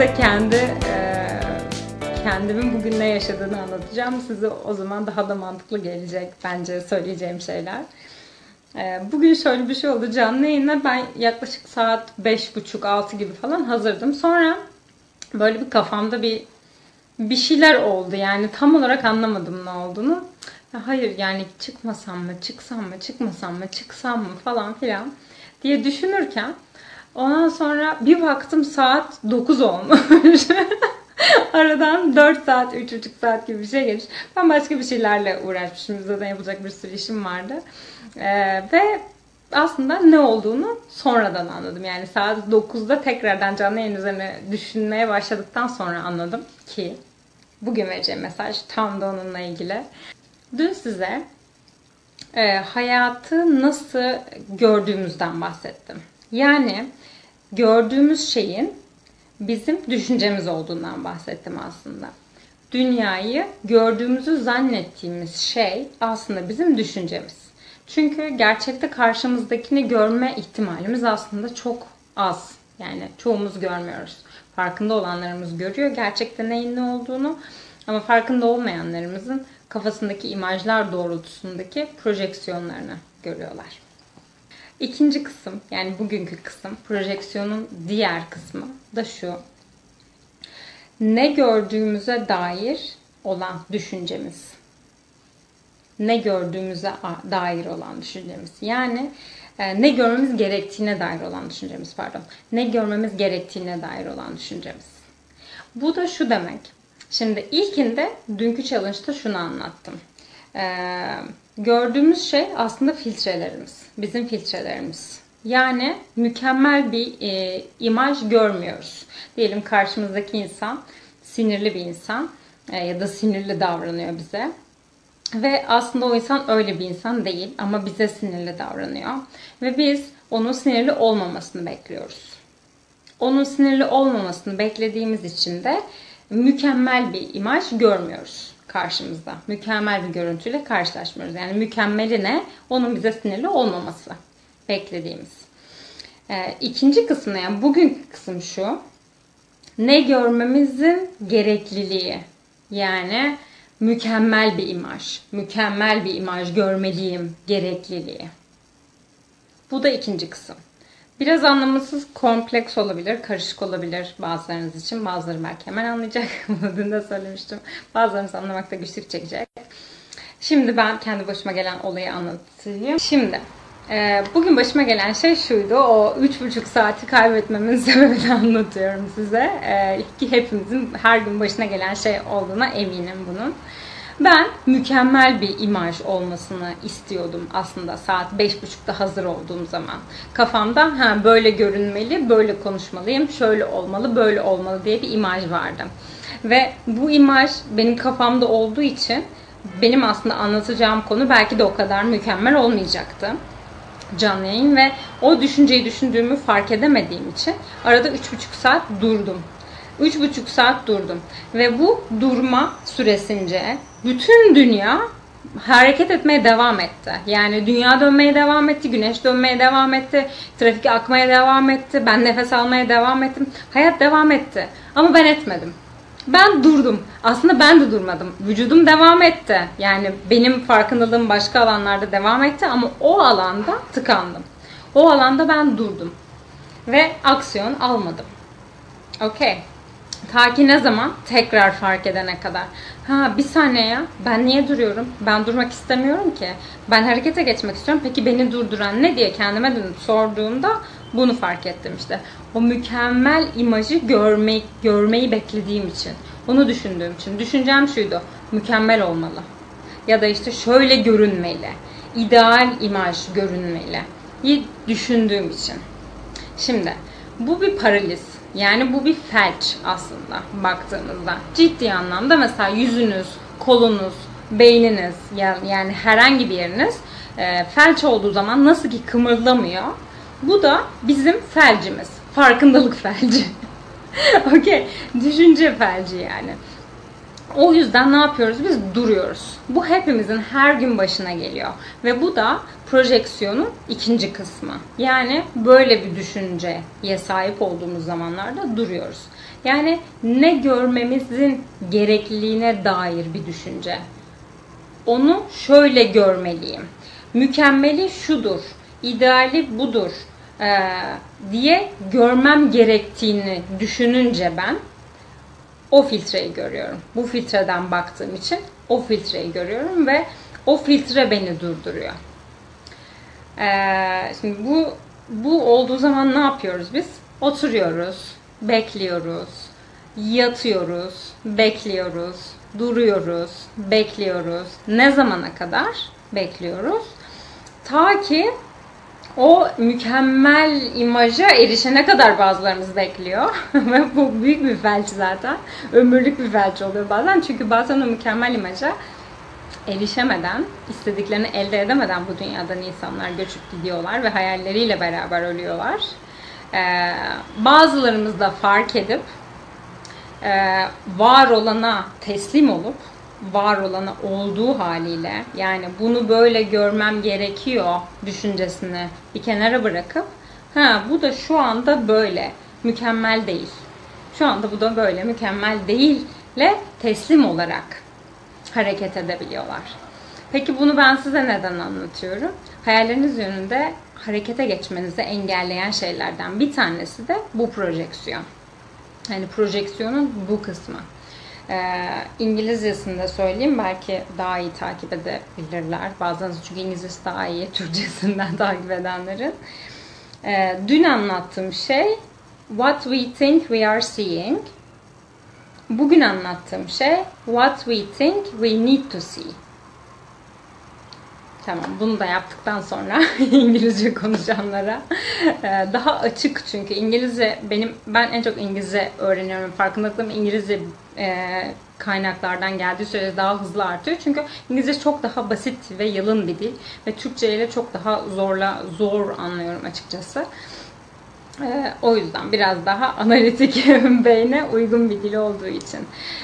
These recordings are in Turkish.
size kendimin bugün ne yaşadığını anlatacağım. Size o zaman daha da mantıklı gelecek bence söyleyeceğim şeyler. Bugün şöyle bir şey oldu. Canlı yayına ben yaklaşık saat 5.30-6 gibi falan hazırdım. Sonra böyle bir kafamda bir şeyler oldu. Yani tam olarak anlamadım ne olduğunu. Hayır yani çıkmasam mı, çıksam mı, çıkmasam mı, çıksam mı falan filan diye düşünürken ondan sonra bir baktım saat 9 olmuş. Aradan 4 saat, 3,5 saat gibi bir şey geçmiş. Ben başka bir şeylerle uğraşmışım. Zaten yapacak bir sürü işim vardı. Ve aslında ne olduğunu sonradan anladım. Yani saat 9'da tekrardan canlı yayın üzerine düşünmeye başladıktan sonra anladım ki bugün vereceğim mesaj tam da onunla ilgili. Dün size hayatı nasıl gördüğümüzden bahsettim. Yani gördüğümüz şeyin bizim düşüncemiz olduğundan bahsettim aslında. Dünyayı gördüğümüzü zannettiğimiz şey aslında bizim düşüncemiz. Çünkü gerçekte karşımızdakini görme ihtimalimiz aslında çok az. Yani çoğumuz görmüyoruz. Farkında olanlarımız görüyor gerçekte neyin ne olduğunu. Ama farkında olmayanlarımızın kafasındaki imajlar doğrultusundaki projeksiyonlarını görüyorlar. İkinci kısım, yani bugünkü kısım, projeksiyonun diğer kısmı da şu. Ne gördüğümüze dair olan düşüncemiz. Ne gördüğümüze dair olan düşüncemiz. Yani ne görmemiz gerektiğine dair olan düşüncemiz, pardon. Ne görmemiz gerektiğine dair olan düşüncemiz. Bu da şu demek. Şimdi ilkinde dünkü challenge'da şunu anlattım. Gördüğümüz şey aslında filtrelerimiz. Bizim filtrelerimiz. Yani mükemmel bir imaj görmüyoruz. Diyelim karşımızdaki insan sinirli bir insan ya da sinirli davranıyor bize. Ve aslında o insan öyle bir insan değil ama bize sinirli davranıyor. Ve biz onun sinirli olmamasını bekliyoruz. Onun sinirli olmamasını beklediğimiz için de mükemmel bir imaj görmüyoruz karşımızda. Mükemmel bir görüntüyle karşılaşmıyoruz. Yani mükemmeli ne? Onun bize sinirli olmaması beklediğimiz. İkinci kısmı, yani bugünkü kısım şu. Ne görmemizin gerekliliği. Yani mükemmel bir imaj. Mükemmel bir imaj görmeliyim gerekliliği. Bu da ikinci kısım. Biraz anlamsız, kompleks olabilir, karışık olabilir bazılarınız için. Bazıları belki hemen anlayacak. Bunu dün de söylemiştim. Bazılarınız anlamakta güçlük çekecek. Şimdi ben kendi başıma gelen olayı anlatayım. Şimdi bugün başıma gelen şey şuydu. O 3,5 saati kaybetmemin sebebini anlatıyorum size. Ki hepimizin her gün başına gelen şey olduğuna eminim bunun. Ben mükemmel bir imaj olmasını istiyordum aslında saat 5.30'da hazır olduğum zaman. Kafamda böyle görünmeli, böyle konuşmalıyım, şöyle olmalı, böyle olmalı diye bir imaj vardı. Ve bu imaj benim kafamda olduğu için benim aslında anlatacağım konu belki de o kadar mükemmel olmayacaktı. Canlı yayın ve o düşünceyi düşündüğümü fark edemediğim için arada 3,5 saat durdum. 3,5 saat durdum. Ve bu durma süresince bütün dünya hareket etmeye devam etti. Yani dünya dönmeye devam etti, güneş dönmeye devam etti, trafik akmaya devam etti, ben nefes almaya devam ettim. Hayat devam etti. Ama ben etmedim. Ben durdum. Aslında ben de durmadım. Vücudum devam etti. Yani benim farkındalığım başka alanlarda devam etti ama o alanda tıkandım. O alanda ben durdum. Ve aksiyon almadım. Okey. Ta ki ne zaman? Tekrar fark edene kadar. Bir saniye ya. Ben niye duruyorum? Ben durmak istemiyorum ki. Ben harekete geçmek istiyorum. Peki beni durduran ne diye kendime dönüp sorduğumda bunu fark ettim işte. O mükemmel imajı görmeyi beklediğim için. Onu düşündüğüm için. Düşüncem şuydu. Mükemmel olmalı. Ya da işte şöyle görünmeli. İdeal imaj görünmeli. Düşündüğüm için. Şimdi bu bir paraliz. Yani bu bir felç aslında baktığımızda. Ciddi anlamda mesela yüzünüz, kolunuz, beyniniz yani herhangi bir yeriniz felç olduğu zaman nasıl ki kımıldamıyor. Bu da bizim felcimiz. Farkındalık felci. Okey. Düşünce felci yani. O yüzden ne yapıyoruz? Biz duruyoruz. Bu hepimizin her gün başına geliyor. Ve bu da projeksiyonun ikinci kısmı. Yani böyle bir düşünceye sahip olduğumuz zamanlarda duruyoruz. Yani ne görmemizin gerekliliğine dair bir düşünce. Onu şöyle görmeliyim. Mükemmeli şudur, ideali budur diye görmem gerektiğini düşününce ben o filtreyi görüyorum. Bu filtreden baktığım için o filtreyi görüyorum ve o filtre beni durduruyor. Şimdi bu olduğu zaman ne yapıyoruz biz? Oturuyoruz, bekliyoruz, yatıyoruz, bekliyoruz, duruyoruz, bekliyoruz. Ne zamana kadar bekliyoruz? Ta ki o mükemmel imaja erişene kadar bazılarımız bekliyor. Ve bu büyük bir felç zaten. Ömürlük bir felç oluyor bazen. Çünkü bazen o mükemmel imaja erişemeden, istediklerini elde edemeden bu dünyadan insanlar göçüp gidiyorlar ve hayalleriyle beraber ölüyorlar. Bazılarımız da fark edip var olana teslim olup var olanı olduğu haliyle, yani bunu böyle görmem gerekiyor düşüncesini bir kenara bırakıp bu da şu anda böyle mükemmel değil. Şu anda bu da böyle mükemmel değille teslim olarak hareket edebiliyorlar. Peki bunu ben size neden anlatıyorum? Hayalleriniz yönünde harekete geçmenizi engelleyen şeylerden bir tanesi de bu projeksiyon. Yani projeksiyonun bu kısmı. İngilizcesini de söyleyeyim, belki daha iyi takip edebilirler. Bazılarınız çünkü İngilizcesi daha iyi Türkçesinden takip edenlerin. Dün anlattığım şey what we think we are seeing. Bugün anlattığım şey what we think we need to see. Tamam, bunu da yaptıktan sonra İngilizce konuşanlara daha açık, çünkü İngilizce ben en çok İngilizce öğreniyorum. Farkındalığım İngilizce kaynaklardan geldiği sürece daha hızlı artıyor. Çünkü İngilizce çok daha basit ve yalın bir dil ve Türkçe ile çok daha zor anlıyorum açıkçası. O yüzden biraz daha analitik beyne uygun bir dil olduğu için.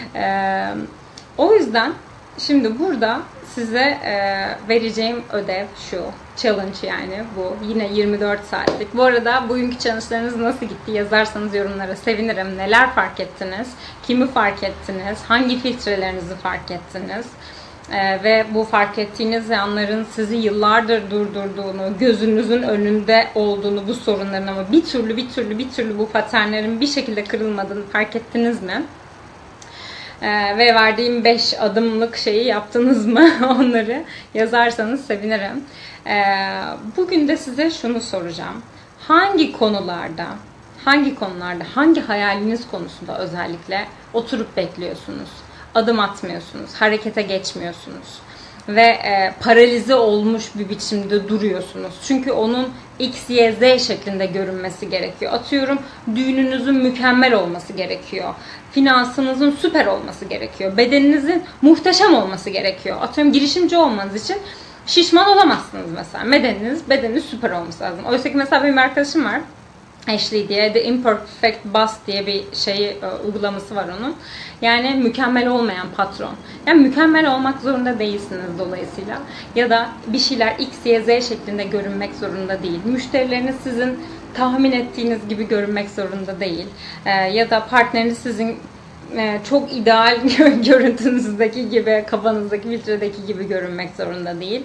O yüzden şimdi burada size vereceğim ödev şu. Challenge yani bu. Yine 24 saatlik. Bu arada bugünkü challenge'larınız nasıl gitti yazarsanız yorumlara sevinirim. Neler fark ettiniz? Kimi fark ettiniz? Hangi filtrelerinizi fark ettiniz? Ve bu fark ettiğiniz yanların sizi yıllardır durdurduğunu, gözünüzün önünde olduğunu, bu sorunların, ama bir türlü bu paternlerin bir şekilde kırılmadığını fark ettiniz mi? Ve verdiğim 5 adımlık şeyi yaptınız mı? Onları yazarsanız sevinirim. Bugün de size şunu soracağım. Hangi konularda, hangi hayaliniz konusunda özellikle oturup bekliyorsunuz? Adım atmıyorsunuz, harekete geçmiyorsunuz ve paralize olmuş bir biçimde duruyorsunuz. Çünkü onun X, Y, Z şeklinde görünmesi gerekiyor. Atıyorum, düğününüzün mükemmel olması gerekiyor. Finansınızın süper olması gerekiyor. Bedeninizin muhteşem olması gerekiyor. Atıyorum, girişimci olmanız için şişman olamazsınız mesela. Bedeniniz süper olması lazım. Oysa ki mesela benim arkadaşım var, Ashley diye, The Imperfect Boss diye bir uygulaması var onun. Yani mükemmel olmayan patron. Yani mükemmel olmak zorunda değilsiniz dolayısıyla. Ya da bir şeyler X, Y, Z şeklinde görünmek zorunda değil. Müşterileriniz sizin tahmin ettiğiniz gibi görünmek zorunda değil. Ya da partneriniz sizin çok ideal görüntünüzdeki gibi, kafanızdaki filtredeki gibi görünmek zorunda değil.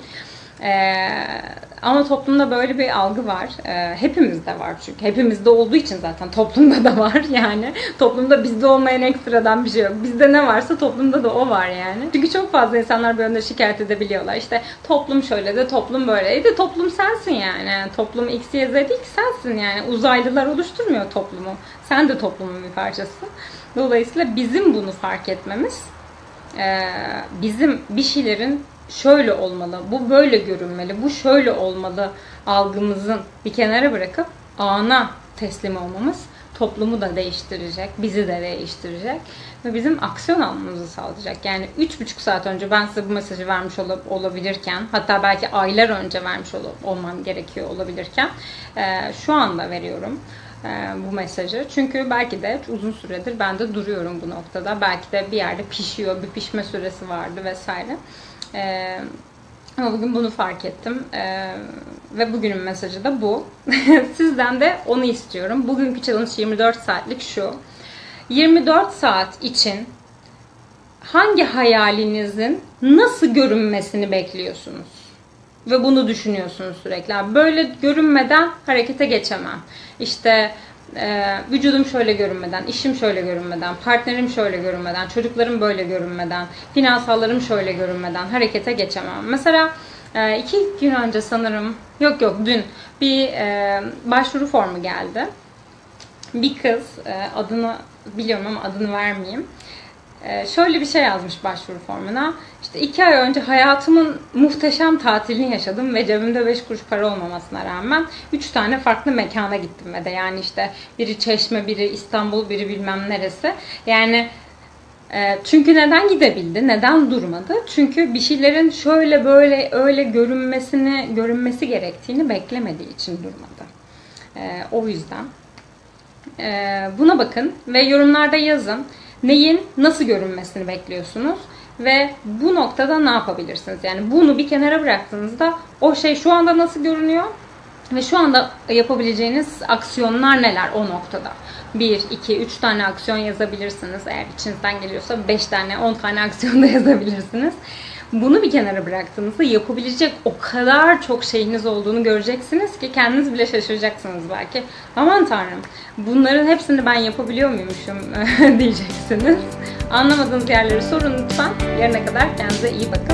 Ama toplumda böyle bir algı var. Hepimizde var çünkü. Hepimizde olduğu için zaten toplumda da var yani. Toplumda bizde olmayan ekstradan bir şey yok. Bizde ne varsa toplumda da o var yani. Çünkü çok fazla insanlar böyle şikayet edebiliyorlar. İşte toplum şöyle de toplum böyle de, toplum sensin yani. Toplum X, Y, Z değil ki, sensin yani. Uzaylılar oluşturmuyor toplumu. Sen de toplumun bir parçasısın. Dolayısıyla bizim bunu fark etmemiz, bizim bir şeylerin şöyle olmalı, bu böyle görünmeli, bu şöyle olmalı algımızın bir kenara bırakıp ana teslim olmamız toplumu da değiştirecek, bizi de değiştirecek ve bizim aksiyon almamızı sağlayacak. Yani 3,5 saat önce ben size bu mesajı vermiş olabilirken, hatta belki aylar önce vermiş olmam gerekiyor olabilirken şu anda veriyorum. bu mesajı. Çünkü belki de uzun süredir ben de duruyorum bu noktada. Belki de bir yerde pişiyor, bir pişme süresi vardı vesaire. Ama bugün bunu fark ettim. Ve bugünün mesajı da bu. Sizden de onu istiyorum. Bugünkü challenge 24 saatlik şu. 24 saat için hangi hayalinizin nasıl görünmesini bekliyorsunuz? Ve bunu düşünüyorsunuz sürekli. Böyle görünmeden harekete geçemem. İşte vücudum şöyle görünmeden, işim şöyle görünmeden, partnerim şöyle görünmeden, çocuklarım böyle görünmeden, finansallarım şöyle görünmeden harekete geçemem. Mesela 2 gün önce sanırım, yok dün bir başvuru formu geldi. Bir kız, adını biliyorum ama adını vermeyeyim. Şöyle bir şey yazmış başvuru formuna. İşte 2 ay önce hayatımın muhteşem tatilini yaşadım ve cebimde 5 kuruş para olmamasına rağmen 3 tane farklı mekana gittim ve de yani işte biri Çeşme, biri İstanbul, biri bilmem neresi. Yani çünkü neden gidebildi? Neden durmadı? Çünkü bir şeylerin şöyle böyle öyle görünmesi gerektiğini beklemediği için durmadı. O yüzden buna bakın ve yorumlarda yazın. Neyin nasıl görünmesini bekliyorsunuz ve bu noktada ne yapabilirsiniz? Yani bunu bir kenara bıraktığınızda o şey şu anda nasıl görünüyor ve şu anda yapabileceğiniz aksiyonlar neler o noktada? 1, 2, 3 tane aksiyon yazabilirsiniz. Eğer içinizden geliyorsa 5 tane, 10 tane aksiyon da yazabilirsiniz. Bunu bir kenara bıraktığınızda yapabilecek o kadar çok şeyiniz olduğunu göreceksiniz ki kendiniz bile şaşıracaksınız belki. Aman Tanrım, bunların hepsini ben yapabiliyor muymuşum diyeceksiniz. Anlamadığınız yerleri sorun lütfen. Yarına kadar kendinize iyi bakın.